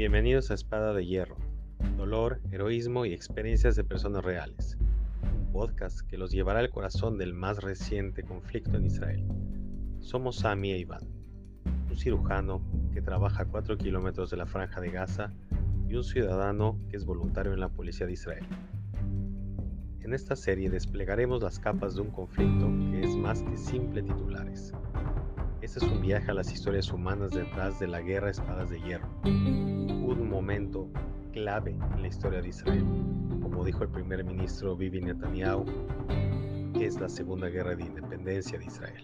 Bienvenidos a Espada de Hierro, dolor, heroísmo y experiencias de personas reales, un podcast que los llevará al corazón del más reciente conflicto en Israel. Somos Sami e Iván, un cirujano que trabaja a 4 kilómetros de la Franja de Gaza y un ciudadano que es voluntario en la Policía de Israel. En esta serie desplegaremos las capas de un conflicto que es más que simple titulares. Este es un viaje a las historias humanas detrás de la guerra Espadas de Hierro, un momento clave en la historia de Israel. Como dijo el primer ministro Bibi Netanyahu, es la segunda guerra de independencia de Israel.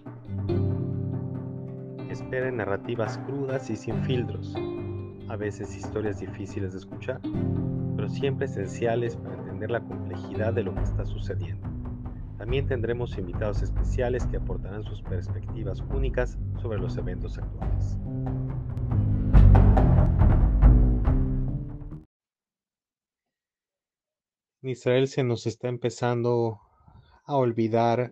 Esperen narrativas crudas y sin filtros, a veces historias difíciles de escuchar, pero siempre esenciales para entender la complejidad de lo que está sucediendo. También tendremos invitados especiales que aportarán sus perspectivas únicas sobre los eventos actuales. En Israel se nos está empezando a olvidar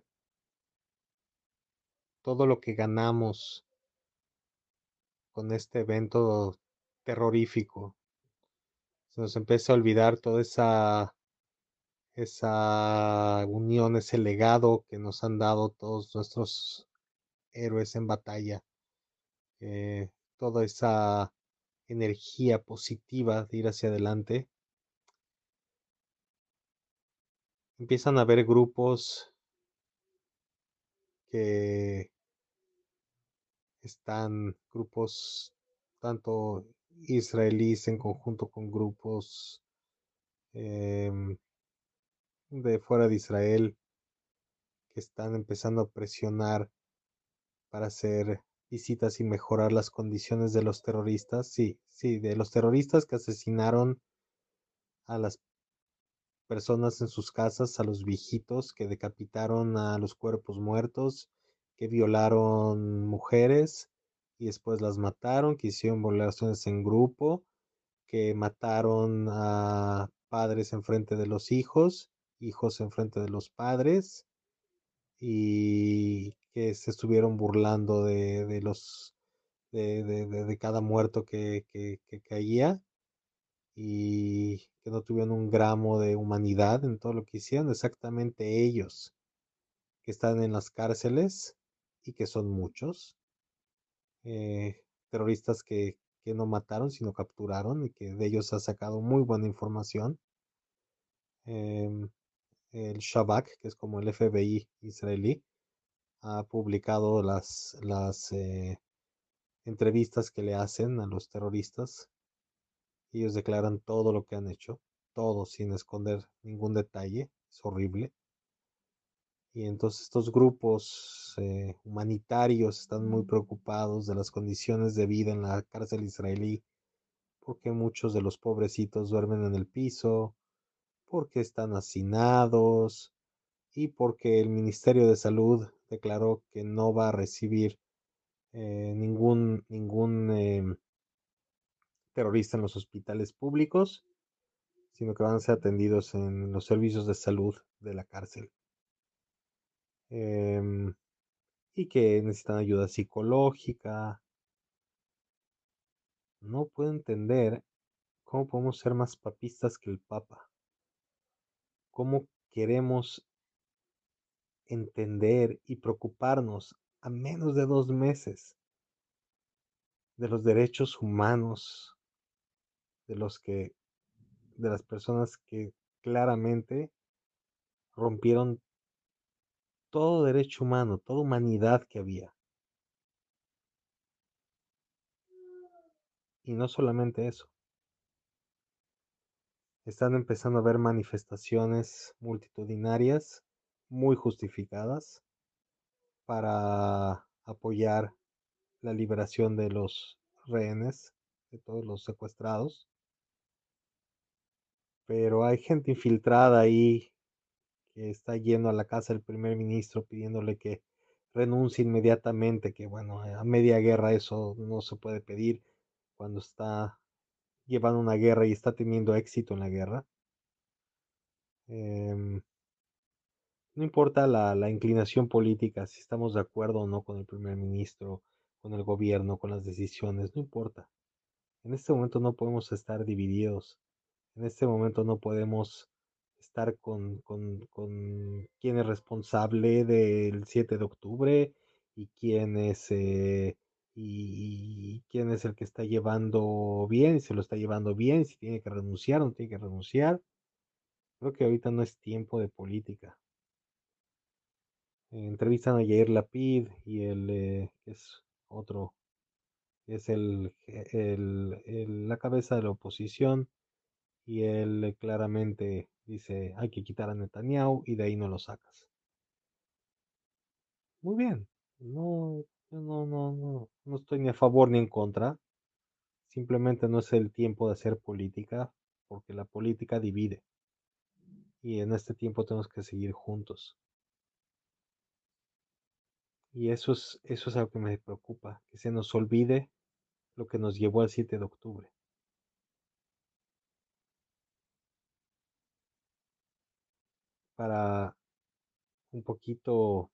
todo lo que ganamos con este evento terrorífico. Se nos empieza a olvidar toda esa unión, ese legado que nos han dado todos nuestros héroes en batalla, eh, toda esa energía positiva de ir hacia adelante. Empiezan a haber grupos que grupos tanto israelíes en conjunto con grupos em, de fuera de Israel que están empezando a presionar para hacer visitas y mejorar las condiciones de los terroristas. Sí, sí, de los terroristas que asesinaron a las personas en sus casas, a los viejitos, que decapitaron a los cuerpos muertos, que violaron mujeres y después las mataron, que hicieron violaciones en grupo, que mataron a padres enfrente de los hijos, hijos enfrente de los padres, y que se estuvieron burlando de los de cada muerto que caía y que no tuvieron un gramo de humanidad en todo lo que hicieron, exactamente ellos que están en las cárceles y que son muchos, terroristas que no mataron sino capturaron y que de ellos ha sacado muy buena información. Em, el Shabak, que es como el FBI israelí, ha publicado las entrevistas que le hacen a los terroristas. Ellos declaran todo lo que han hecho, todo sin esconder ningún detalle. Es horrible. Y entonces estos grupos humanitarios están muy preocupados de las condiciones de vida en la cárcel israelí, porque muchos de los pobrecitos duermen en el piso, porque están hacinados y porque el Ministerio de Salud declaró que no va a recibir ningún terrorista en los hospitales públicos, sino que van a ser atendidos en los servicios de salud de la cárcel. Em, y que necesitan ayuda psicológica. No puedo entender cómo podemos ser más papistas que el Papa. Cómo queremos entender y preocuparnos a menos de 2 meses de los derechos humanos de los que de las personas que claramente rompieron todo derecho humano, toda humanidad que había. Y no solamente eso, están empezando a haber manifestaciones multitudinarias muy justificadas para apoyar la liberación de los rehenes, de todos los secuestrados. Pero hay gente infiltrada ahí que está yendo a la casa del primer ministro pidiéndole que renuncie inmediatamente, que bueno, a media guerra eso no se puede pedir cuando está llevando una guerra y está teniendo éxito en la guerra. Em, no importa la inclinación política, si estamos de acuerdo o no con el primer ministro, con el gobierno, con las decisiones, no importa. En este momento no podemos estar divididos. En este momento no podemos estar con quién es responsable del 7 de octubre y y quién es el que está llevando bien, si lo está llevando bien, si tiene que renunciar o no tiene que renunciar. Creo que ahorita no es tiempo de política. Entrevistan a Yair Lapid y que es otro, es la cabeza de la oposición, y él claramente dice hay que quitar a Netanyahu y de ahí no lo sacas. Muy bien, no estoy ni a favor ni en contra, simplemente no es el tiempo de hacer política porque la política divide y en este tiempo tenemos que seguir juntos. Y eso es algo que me preocupa, que se nos olvide lo que nos llevó al 7 de octubre. Para un poquito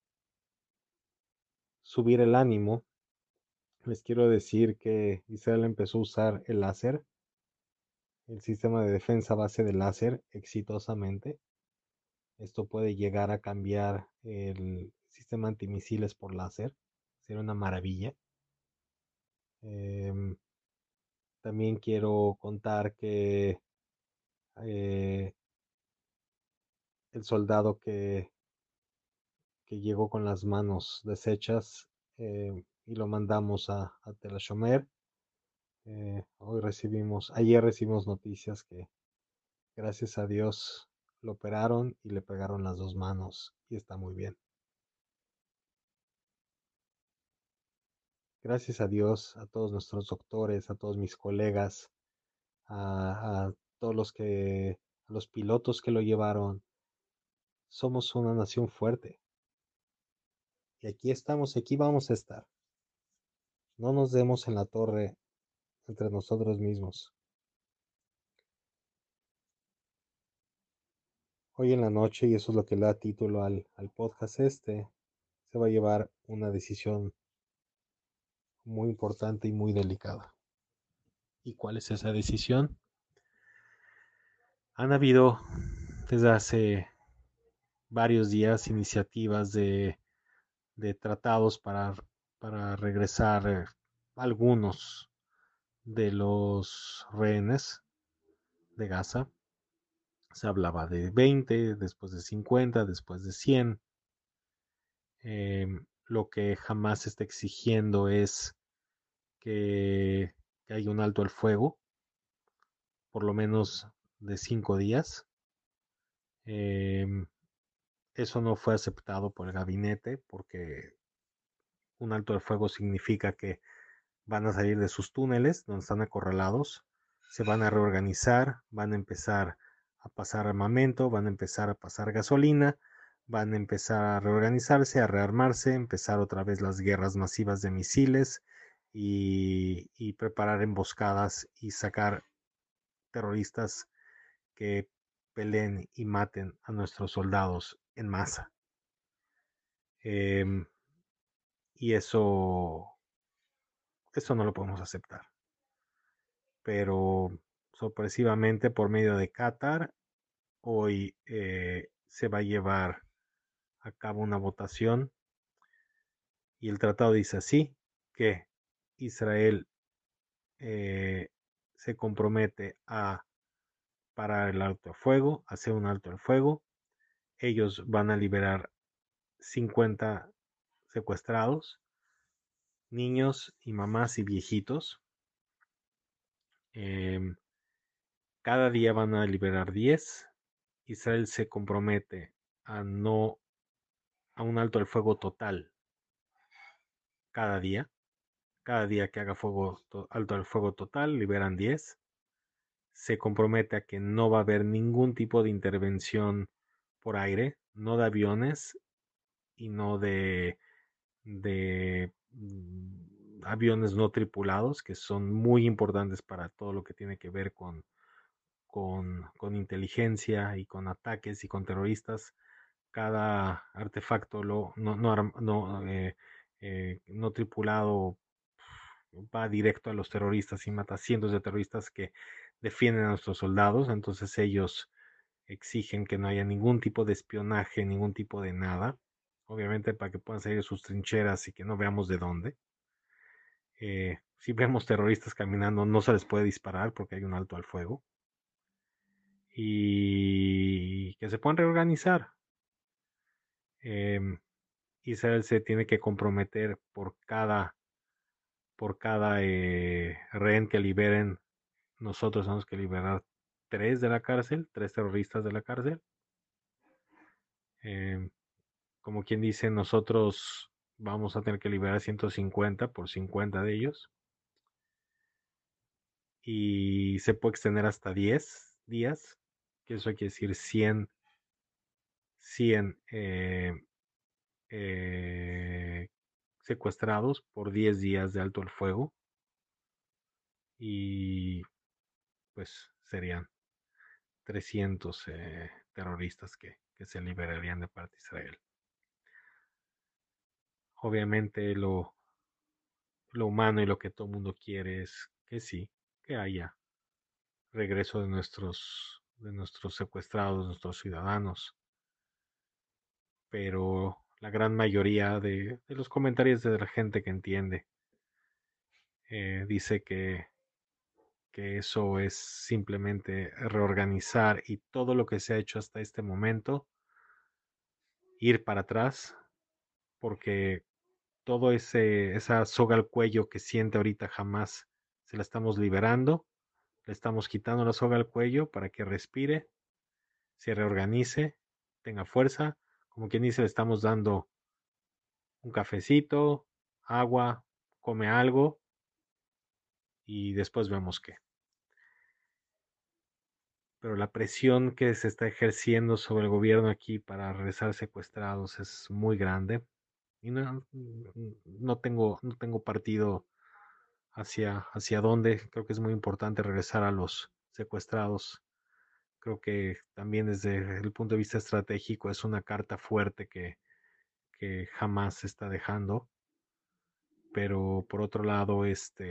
subir el ánimo, les quiero decir que Israel empezó a usar el láser, el sistema de defensa a base de láser, exitosamente. Esto puede llegar a cambiar el sistema antimisiles por láser. Sería una maravilla. Em, También quiero contar que eh, el soldado que llegó con las manos deshechas y lo mandamos a Tel Ashomer. Ayer recibimos noticias que gracias a Dios lo operaron y le pegaron las dos manos y está muy bien. Gracias a Dios, a todos nuestros doctores, a todos mis colegas, a todos a los pilotos que lo llevaron. Somos una nación fuerte. Y aquí estamos, aquí vamos a estar. No nos demos en la torre entre nosotros mismos. Hoy en la noche, y eso es lo que le da título al podcast se va a llevar una decisión muy importante y muy delicada. ¿Y cuál es esa decisión? Han habido desde hace varios días iniciativas de tratados para regresar algunos de los rehenes de Gaza. Se hablaba de 20, después de 50, después de 100. Lo que jamás está exigiendo es que haya un alto al fuego, por lo menos de 5 días. Eso no fue aceptado por el gabinete porque un alto al fuego significa que van a salir de sus túneles donde están acorralados, se van a reorganizar, van a empezar a pasar armamento, van a empezar a pasar gasolina, van a empezar a reorganizarse, a rearmarse, empezar otra vez las guerras masivas de misiles y preparar emboscadas y sacar terroristas que peleen y maten a nuestros soldados en masa. Eh, y eso no lo podemos aceptar. Pero sorpresivamente por medio de Qatar, hoy se va a llevar a cabo una votación y el tratado dice así, que Israel se compromete a parar el alto al fuego, hacer un alto al fuego. Ellos van a liberar 50 secuestrados, niños y mamás y viejitos. Cada día van a liberar 10. Israel se compromete a no a un alto al fuego total cada día. Cada día que haga alto al fuego total, liberan 10. Se compromete a que no va a haber ningún tipo de intervención por aire, no de aviones y no de aviones no tripulados, que son muy importantes para todo lo que tiene que ver con inteligencia y con ataques y con terroristas. Cada artefacto no tripulado va directo a los terroristas y mata cientos de terroristas que defienden a nuestros soldados. Entonces ellos exigen que no haya ningún tipo de espionaje, ningún tipo de nada, obviamente para que puedan salir de sus trincheras y que no veamos de dónde. Si vemos terroristas caminando, no se les puede disparar porque hay un alto al fuego. Y que se puedan reorganizar. Israel se tiene que comprometer por cada rehén que liberen. Nosotros tenemos que liberar 3 de la cárcel, 3 terroristas de la cárcel. Como quien dice, nosotros vamos a tener que liberar 150 por 50 de ellos. Y se puede extender hasta 10 días, que eso quiere decir 100 secuestrados por 10 días de alto el fuego. Y pues serían 300 terroristas que se liberarían de parte de Israel. Obviamente lo humano y lo que todo el mundo quiere es que sí, que haya regreso de nuestros secuestrados, nuestros ciudadanos. Pero la gran mayoría de los comentarios de la gente que entiende dice que eso es simplemente reorganizar y todo lo que se ha hecho hasta este momento, ir para atrás, porque todo esa soga al cuello que siente ahorita jamás se la estamos liberando, le estamos quitando la soga al cuello para que respire, se reorganice, tenga fuerza, como quien dice, le estamos dando un cafecito, agua, come algo y después vemos qué. Pero la presión que se está ejerciendo sobre el gobierno aquí para regresar secuestrados es muy grande y no tengo partido hacia dónde. Creo que es muy importante regresar a los secuestrados. Creo que también desde el punto de vista estratégico es una carta fuerte que jamás se está dejando. Pero por otro lado,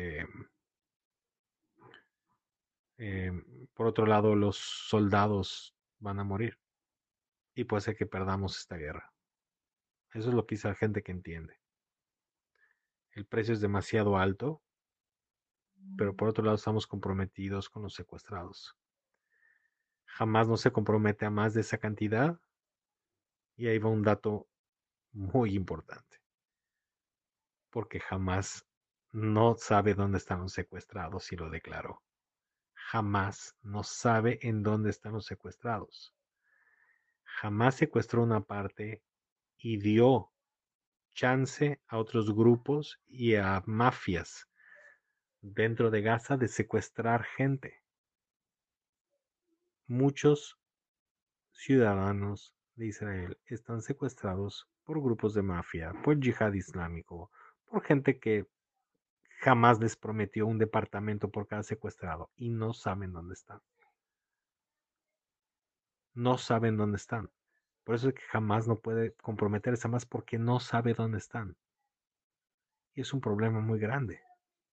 eh, los soldados van a morir y puede ser que perdamos esta guerra. Eso es lo que dice la gente que entiende. El precio es demasiado alto, pero por otro lado estamos comprometidos con los secuestrados. Jamás no se compromete a más de esa cantidad y ahí va un dato muy importante, porque jamás no sabe dónde están los secuestrados y lo declaró. Jamás no sabe en dónde están los secuestrados. Jamás secuestró una parte y dio chance a otros grupos y a mafias dentro de Gaza de secuestrar gente. Muchos ciudadanos de Israel están secuestrados por grupos de mafia, por yihad islámico, por gente que jamás les prometió un departamento por cada secuestrado y no saben dónde están. No saben dónde están. Por eso es que jamás no puede comprometerse más porque no sabe dónde están. Y es un problema muy grande.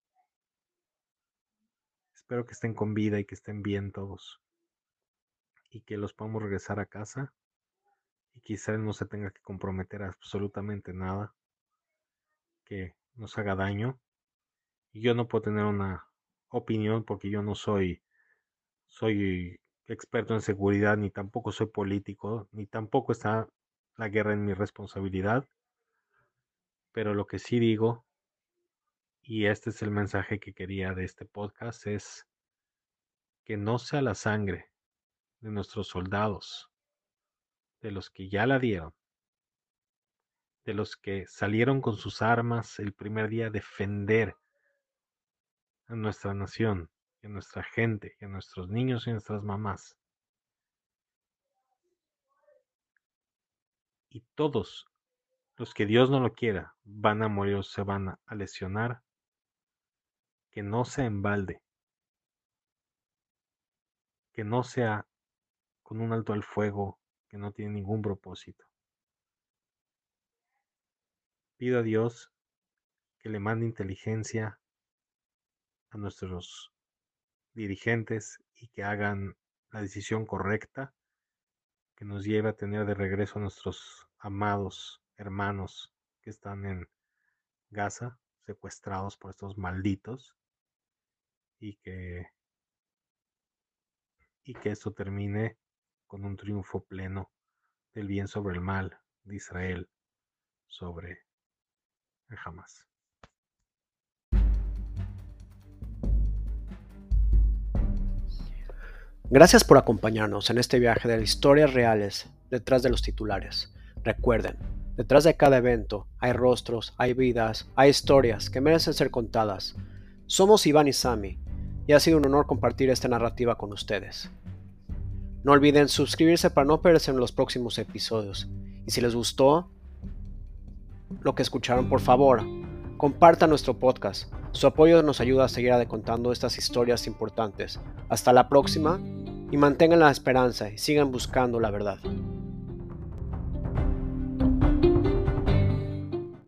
Espero que estén con vida y que estén bien todos. Y que los podamos regresar a casa. Y quizás no se tenga que comprometer a absolutamente nada que nos haga daño. Y yo no puedo tener una opinión porque yo no soy experto en seguridad, ni tampoco soy político, ni tampoco está la guerra en mi responsabilidad. Pero lo que sí digo, y este es el mensaje que quería de este podcast, es que no sea la sangre de nuestros soldados, de los que ya la dieron, de los que salieron con sus armas el primer día a defender a nuestra nación, y a nuestra gente, y a nuestros niños y a nuestras mamás. Y todos los que Dios no lo quiera van a morir o se van a lesionar, que no sea en balde, que no sea con un alto al fuego que no tiene ningún propósito. Pido a Dios que le mande inteligencia a nuestros dirigentes y que hagan la decisión correcta que nos lleve a tener de regreso a nuestros amados hermanos que están en Gaza, secuestrados por estos malditos, y que esto termine con un triunfo pleno del bien sobre el mal de Israel sobre el Hamas. Gracias por acompañarnos en este viaje de historias reales detrás de los titulares. Recuerden, detrás de cada evento hay rostros, hay vidas, hay historias que merecen ser contadas. Somos Iván y Sammy y ha sido un honor compartir esta narrativa con ustedes. No olviden suscribirse para no perderse en los próximos episodios. Y si les gustó lo que escucharon, por favor, compartan nuestro podcast. Su apoyo nos ayuda a seguir contando estas historias importantes. Hasta la próxima y mantengan la esperanza y sigan buscando la verdad.